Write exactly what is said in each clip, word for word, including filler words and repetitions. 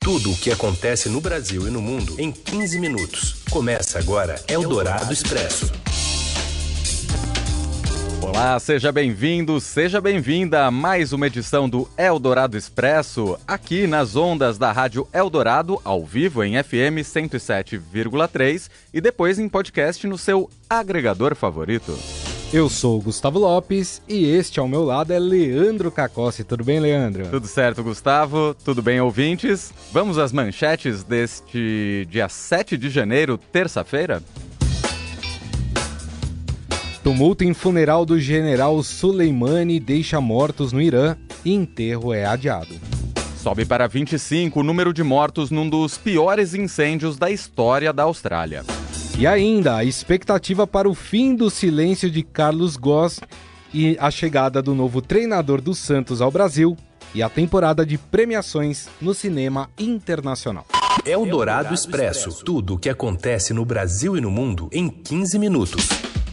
Tudo o que acontece no Brasil e no mundo em quinze minutos. Começa agora Eldorado Expresso. Olá, seja bem-vindo, seja bem-vinda a mais uma edição do Eldorado Expresso, aqui nas ondas da Rádio Eldorado, ao vivo em F M cento e sete vírgula três e depois em podcast no seu agregador favorito. Eu sou o Gustavo Lopes e este ao meu lado é Leandro Cacossi. Tudo bem, Leandro? Tudo certo, Gustavo. Tudo bem, ouvintes? Vamos às manchetes deste dia sete de janeiro, terça-feira? Tumulto em funeral do general Soleimani deixa mortos no Irã e enterro é adiado. Sobe para vinte e cinco o número de mortos num dos piores incêndios da história da Austrália. E ainda, a expectativa para o fim do silêncio de Carlos Ghosn e a chegada do novo treinador do Santos ao Brasil e a temporada de premiações no cinema internacional. Eldorado Expresso. Tudo o que acontece no Brasil e no mundo em quinze minutos.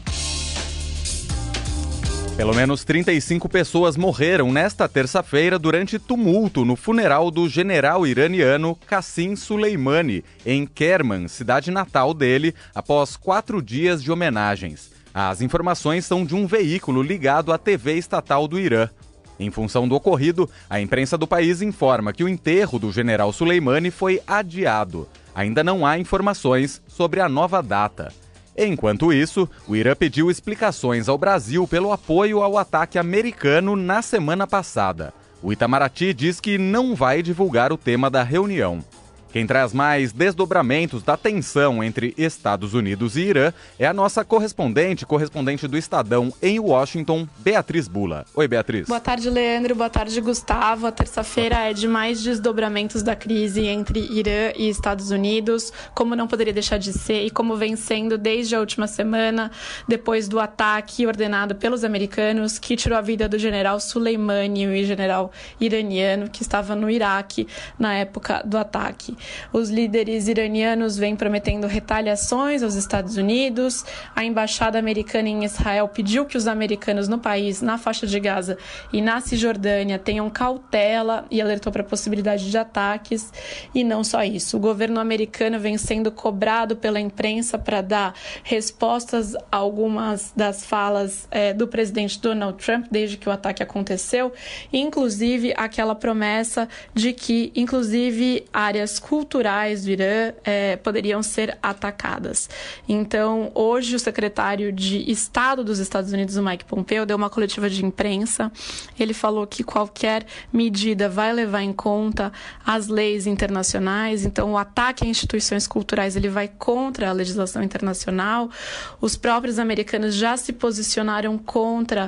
Pelo menos trinta e cinco pessoas morreram nesta terça-feira durante tumulto no funeral do general iraniano Qasem Soleimani, em Kerman, cidade natal dele, após quatro dias de homenagens. As informações são de um veículo ligado à T V estatal do Irã. Em função do ocorrido, a imprensa do país informa que o enterro do general Soleimani foi adiado. Ainda não há informações sobre a nova data. Enquanto isso, o Irã pediu explicações ao Brasil pelo apoio ao ataque americano na semana passada. O Itamaraty diz que não vai divulgar o tema da reunião. Quem traz mais desdobramentos da tensão entre Estados Unidos e Irã é a nossa correspondente, correspondente do Estadão em Washington, Beatriz Bula. Oi, Beatriz. Boa tarde, Leandro. Boa tarde, Gustavo. A terça-feira é de mais desdobramentos da crise entre Irã e Estados Unidos, como não poderia deixar de ser e como vem sendo desde a última semana, depois do ataque ordenado pelos americanos que tirou a vida do general Soleimani, o general iraniano que estava no Iraque na época do ataque. Os líderes iranianos vêm prometendo retaliações aos Estados Unidos. A embaixada americana em Israel pediu que os americanos no país, na faixa de Gaza e na Cisjordânia, tenham cautela e alertou para a possibilidade de ataques. E não só isso, o governo americano vem sendo cobrado pela imprensa para dar respostas a algumas das falas é, do presidente Donald Trump desde que o ataque aconteceu, inclusive aquela promessa de que, inclusive, áreas culturais do Irã é, poderiam ser atacadas. Então, hoje o secretário de Estado dos Estados Unidos, o Mike Pompeo, deu uma coletiva de imprensa. Ele falou que qualquer medida vai levar em conta as leis internacionais. Então, o ataque a instituições culturais ele vai contra a legislação internacional. Os próprios americanos já se posicionaram contra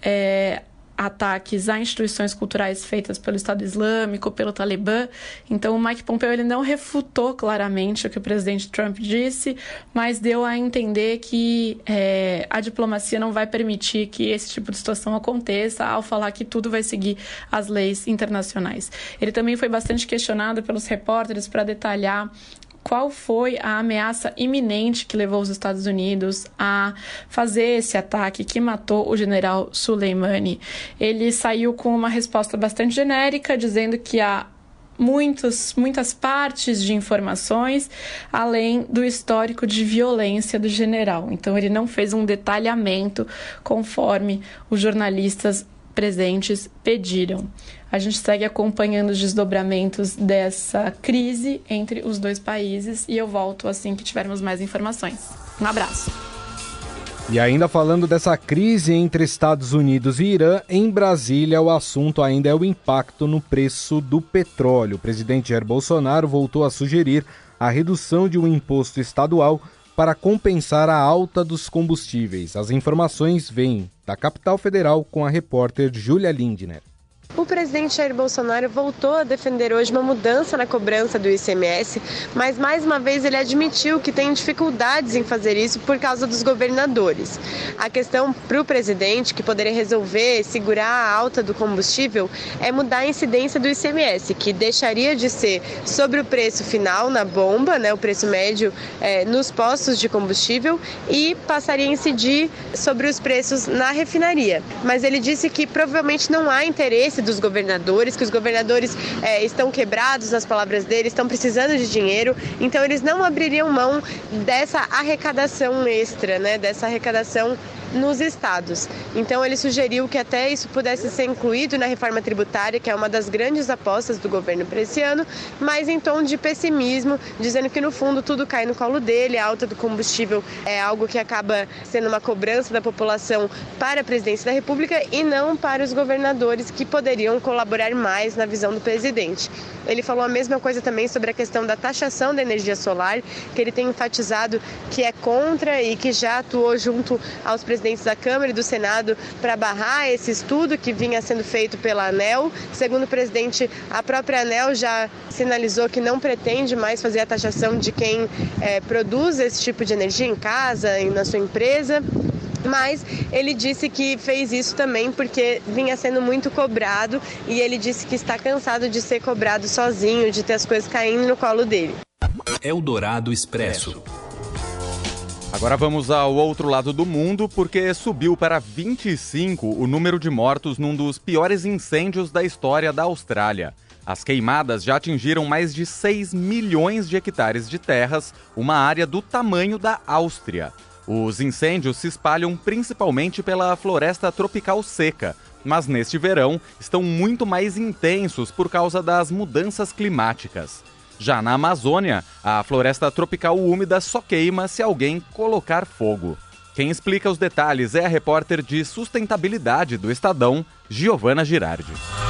é, ataques a instituições culturais feitas pelo Estado Islâmico, pelo Talibã. Então, o Mike Pompeo ele não refutou claramente o que o presidente Trump disse, mas deu a entender que é, a diplomacia não vai permitir que esse tipo de situação aconteça ao falar que tudo vai seguir as leis internacionais. Ele também foi bastante questionado pelos repórteres para detalhar qual foi a ameaça iminente que levou os Estados Unidos a fazer esse ataque que matou o general Soleimani. Ele saiu com uma resposta bastante genérica, dizendo que há muitos, muitas partes de informações, além do histórico de violência do general. Então, ele não fez um detalhamento conforme os jornalistas presentes pediram. A gente segue acompanhando os desdobramentos dessa crise entre os dois países e eu volto assim que tivermos mais informações. Um abraço. E ainda falando dessa crise entre Estados Unidos e Irã, em Brasília o assunto ainda é o impacto no preço do petróleo. O presidente Jair Bolsonaro voltou a sugerir a redução de um imposto estadual para compensar a alta dos combustíveis. As informações vêm da capital federal com a repórter Júlia Lindner. O presidente Jair Bolsonaro voltou a defender hoje uma mudança na cobrança do I C M S, mas mais uma vez ele admitiu que tem dificuldades em fazer isso por causa dos governadores. A questão para o presidente, que poderia resolver segurar a alta do combustível, é mudar a incidência do I C M S, que deixaria de ser sobre o preço final na bomba, né, o preço médio é, nos postos de combustível, e passaria a incidir sobre os preços na refinaria. Mas ele disse que provavelmente não há interesse interesse dos governadores, que os governadores é, estão quebrados, nas palavras dele, estão precisando de dinheiro, então eles não abririam mão dessa arrecadação extra, né, dessa arrecadação nos estados. Então ele sugeriu que até isso pudesse ser incluído na reforma tributária, que é uma das grandes apostas do governo para esse ano, mas em tom de pessimismo, dizendo que no fundo tudo cai no colo dele, a alta do combustível é algo que acaba sendo uma cobrança da população para a presidência da República e não para os governadores, que poderiam colaborar mais na visão do presidente. Ele falou a mesma coisa também sobre a questão da taxação da energia solar, que ele tem enfatizado que é contra e que já atuou junto aos presidentes da Câmara e do Senado para barrar esse estudo que vinha sendo feito pela ANEEL. Segundo o presidente, a própria ANEEL já sinalizou que não pretende mais fazer a taxação de quem é, produz esse tipo de energia em casa e na sua empresa. Mas ele disse que fez isso também porque vinha sendo muito cobrado e ele disse que está cansado de ser cobrado sozinho, de ter as coisas caindo no colo dele. Eldorado Expresso. Agora vamos ao outro lado do mundo, porque subiu para vinte e cinco o número de mortos num dos piores incêndios da história da Austrália. As queimadas já atingiram mais de seis milhões de hectares de terras, uma área do tamanho da Áustria. Os incêndios se espalham principalmente pela floresta tropical seca, mas neste verão estão muito mais intensos por causa das mudanças climáticas. Já na Amazônia, a floresta tropical úmida só queima se alguém colocar fogo. Quem explica os detalhes é a repórter de sustentabilidade do Estadão, Giovana Girardi.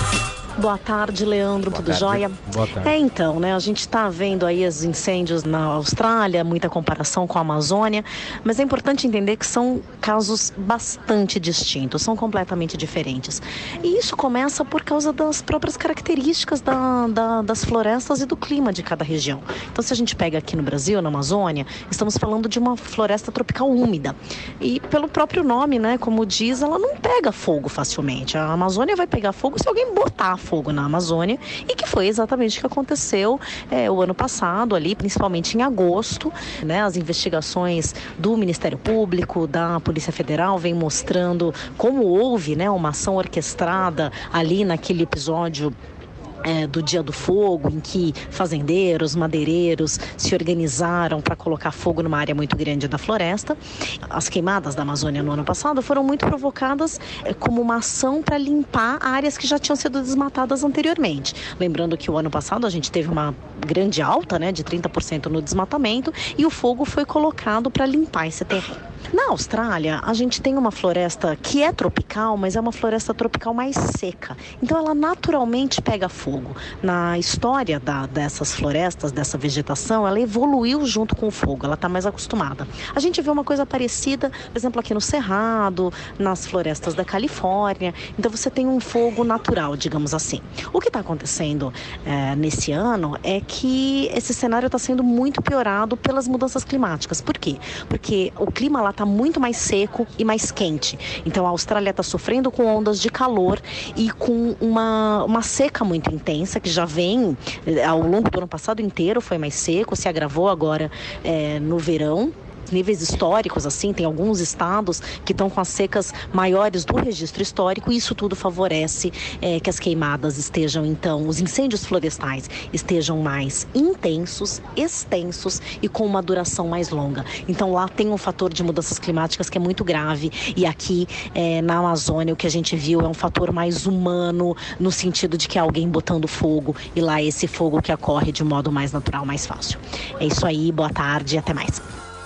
Boa tarde, Leandro. Boa Tudo tarde. Jóia? Boa tarde. É, então, né? A gente está vendo aí os incêndios na Austrália, muita comparação com a Amazônia, mas é importante entender que são casos bastante distintos, são completamente diferentes. E isso começa por causa das próprias características da, da, das florestas e do clima de cada região. Então, se a gente pega aqui no Brasil, na Amazônia, estamos falando de uma floresta tropical úmida. E pelo próprio nome, né? Como diz, ela não pega fogo facilmente. A Amazônia vai pegar fogo se alguém botar fogo na Amazônia, e que foi exatamente o que aconteceu é, o ano passado ali, principalmente em agosto, né? As investigações do Ministério Público, da Polícia Federal vêm mostrando como houve, né, uma ação orquestrada ali naquele episódio É, do Dia do Fogo, em que fazendeiros, madeireiros se organizaram para colocar fogo numa área muito grande da floresta. As queimadas da Amazônia no ano passado foram muito provocadas é, como uma ação para limpar áreas que já tinham sido desmatadas anteriormente. Lembrando que o ano passado a gente teve uma grande alta, né, de trinta por cento no desmatamento, e o fogo foi colocado para limpar esse terreno. Na Austrália, a gente tem uma floresta que é tropical, mas é uma floresta tropical mais seca. Então, ela naturalmente pega fogo. Na história da, dessas florestas, dessa vegetação, ela evoluiu junto com o fogo, ela está mais acostumada. A gente vê uma coisa parecida, por exemplo, aqui no Cerrado, nas florestas da Califórnia. Então, você tem um fogo natural, digamos assim. O que está acontecendo é, nesse ano é que esse cenário está sendo muito piorado pelas mudanças climáticas. Por quê? Porque o clima lá está muito mais seco e mais quente. Então a Austrália está sofrendo com ondas de calor e com uma, uma seca muito intensa, que já vem ao longo do ano passado inteiro, foi mais seco, se agravou agora é, no verão. Níveis históricos, assim, tem alguns estados que estão com as secas maiores do registro histórico, e isso tudo favorece é, que as queimadas estejam, então, os incêndios florestais estejam mais intensos, extensos e com uma duração mais longa. Então lá tem um fator de mudanças climáticas que é muito grave, e aqui é, na Amazônia o que a gente viu é um fator mais humano, no sentido de que é alguém botando fogo, e lá é esse fogo que ocorre de modo mais natural, mais fácil. É isso aí, boa tarde e até mais.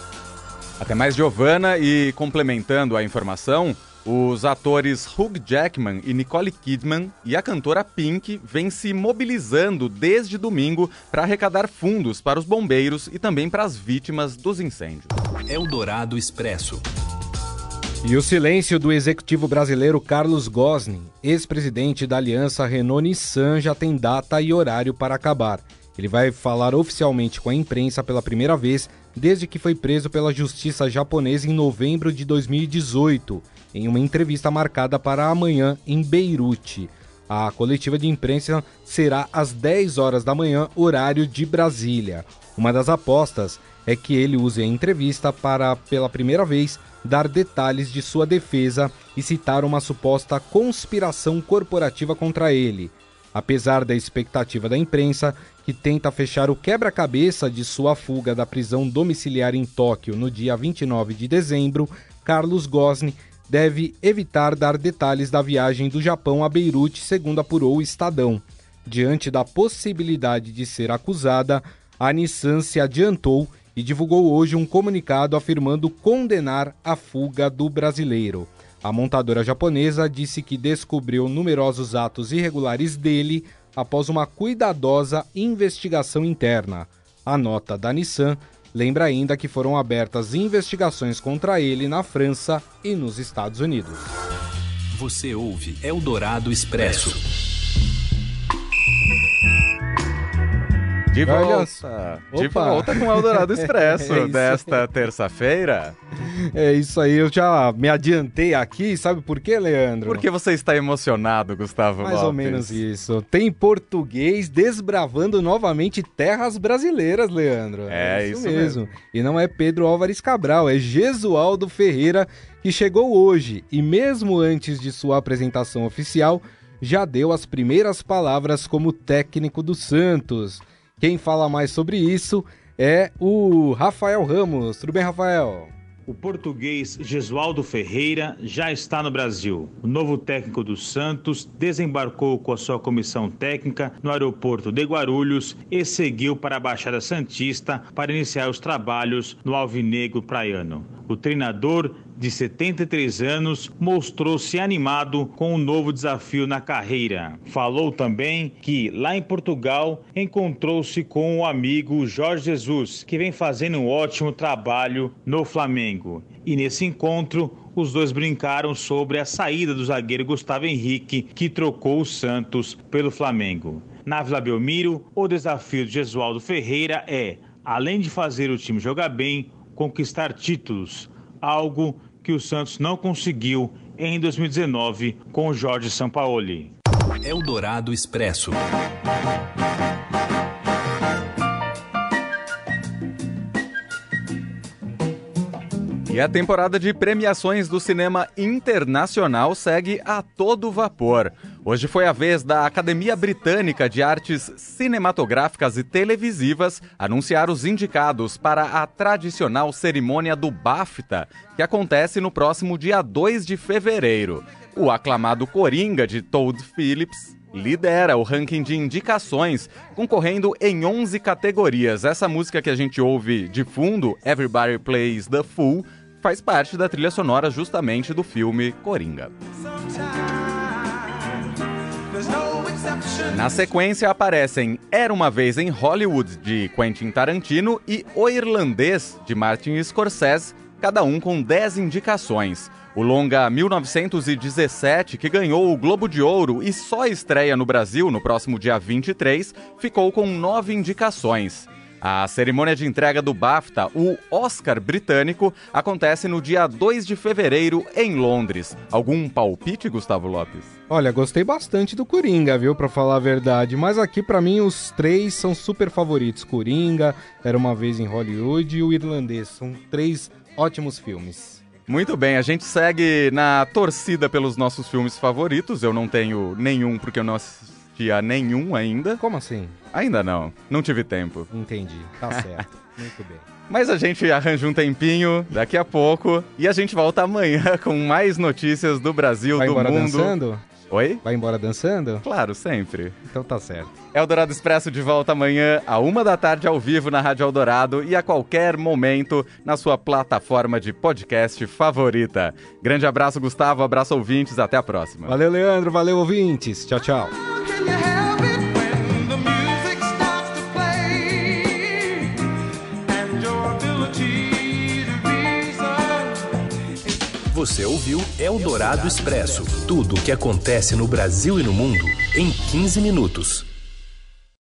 Até mais, Giovana, e complementando a informação, os atores Hugh Jackman e Nicole Kidman e a cantora Pink vêm se mobilizando desde domingo para arrecadar fundos para os bombeiros e também para as vítimas dos incêndios. Eldorado Expresso. E o silêncio do executivo brasileiro Carlos Ghosn, ex-presidente da aliança Renault-Nissan, já tem data e horário para acabar. Ele vai falar oficialmente com a imprensa pela primeira vez desde que foi preso pela justiça japonesa em novembro de dois mil e dezoito, em uma entrevista marcada para amanhã em Beirute. A coletiva de imprensa será às dez horas da manhã, horário de Brasília. Uma das apostas é que ele use a entrevista para, pela primeira vez, dar detalhes de sua defesa e citar uma suposta conspiração corporativa contra ele. Apesar da expectativa da imprensa, que tenta fechar o quebra-cabeça de sua fuga da prisão domiciliar em Tóquio no dia vinte e nove de dezembro, Carlos Ghosn deve evitar dar detalhes da viagem do Japão a Beirute, segundo apurou o Estadão. Diante da possibilidade de ser acusada, a Nissan se adiantou e divulgou hoje um comunicado afirmando condenar a fuga do brasileiro. A montadora japonesa disse que descobriu numerosos atos irregulares dele após uma cuidadosa investigação interna. A nota da Nissan lembra ainda que foram abertas investigações contra ele na França e nos Estados Unidos. Você ouve Eldorado Expresso. De Olha volta, só. de Opa. volta com o Eldorado Expresso É isso desta terça-feira. É isso aí, eu já me adiantei aqui, sabe por quê, Leandro? Por que você está emocionado, Gustavo Mais Lopes? ou menos isso. Tem português desbravando novamente terras brasileiras, Leandro. É, isso mesmo. E não é Pedro Álvares Cabral, é Gesualdo Ferreira, que chegou hoje e mesmo antes de sua apresentação oficial, já deu as primeiras palavras como técnico do Santos. Quem fala mais sobre isso é o Rafael Ramos. Tudo bem, Rafael? O português Gesualdo Ferreira já está no Brasil. O novo técnico do Santos desembarcou com a sua comissão técnica no aeroporto de Guarulhos e seguiu para a Baixada Santista para iniciar os trabalhos no Alvinegro Praiano. O treinador, de setenta e três anos, mostrou-se animado com um novo desafio na carreira. Falou também que, lá em Portugal, encontrou-se com o amigo Jorge Jesus, que vem fazendo um ótimo trabalho no Flamengo. E nesse encontro, os dois brincaram sobre a saída do zagueiro Gustavo Henrique, que trocou o Santos pelo Flamengo. Na Vila Belmiro, o desafio de Gesualdo Ferreira é, além de fazer o time jogar bem, conquistar títulos, algo que o Santos não conseguiu em dois mil e dezenove com o Jorge Sampaoli. Eldorado Expresso. E a temporada de premiações do cinema internacional segue a todo vapor. Hoje foi a vez da Academia Britânica de Artes Cinematográficas e Televisivas anunciar os indicados para a tradicional cerimônia do BAFTA, que acontece no próximo dia dois de fevereiro. O aclamado Coringa, de Todd Phillips, lidera o ranking de indicações, concorrendo em onze categorias. Essa música que a gente ouve de fundo, Everybody Plays the Fool, faz parte da trilha sonora justamente do filme Coringa. Na sequência aparecem Era Uma Vez em Hollywood, de Quentin Tarantino, e O Irlandês, de Martin Scorsese, cada um com dez indicações. O longa mil novecentos e dezessete, que ganhou o Globo de Ouro e só estreia no Brasil no próximo dia vinte e três, ficou com nove indicações. A cerimônia de entrega do BAFTA, o Oscar britânico, acontece no dia dois de fevereiro em Londres. Algum palpite, Gustavo Lopes? Olha, gostei bastante do Coringa, viu, pra falar a verdade. Mas aqui, pra mim, os três são super favoritos. Coringa, Era Uma Vez em Hollywood e O Irlandês. São três ótimos filmes. Muito bem, a gente segue na torcida pelos nossos filmes favoritos. Eu não tenho nenhum porque eu não assisti a nenhum ainda. Como assim? Ainda não, não tive tempo. Entendi, tá certo. Muito bem. Mas a gente arranja um tempinho daqui a pouco e a gente volta amanhã com mais notícias do Brasil, Vai do embora mundo. dançando? Oi? Vai embora dançando? Claro, sempre. Então tá certo. Eldorado Expresso de volta amanhã, à uma da tarde, ao vivo na Rádio Eldorado e a qualquer momento na sua plataforma de podcast favorita. Grande abraço, Gustavo, abraço ouvintes, até a próxima. Valeu, Leandro, valeu, ouvintes. Tchau, tchau. Você ouviu Eldorado Expresso. Tudo o que acontece no Brasil e no mundo em quinze minutos.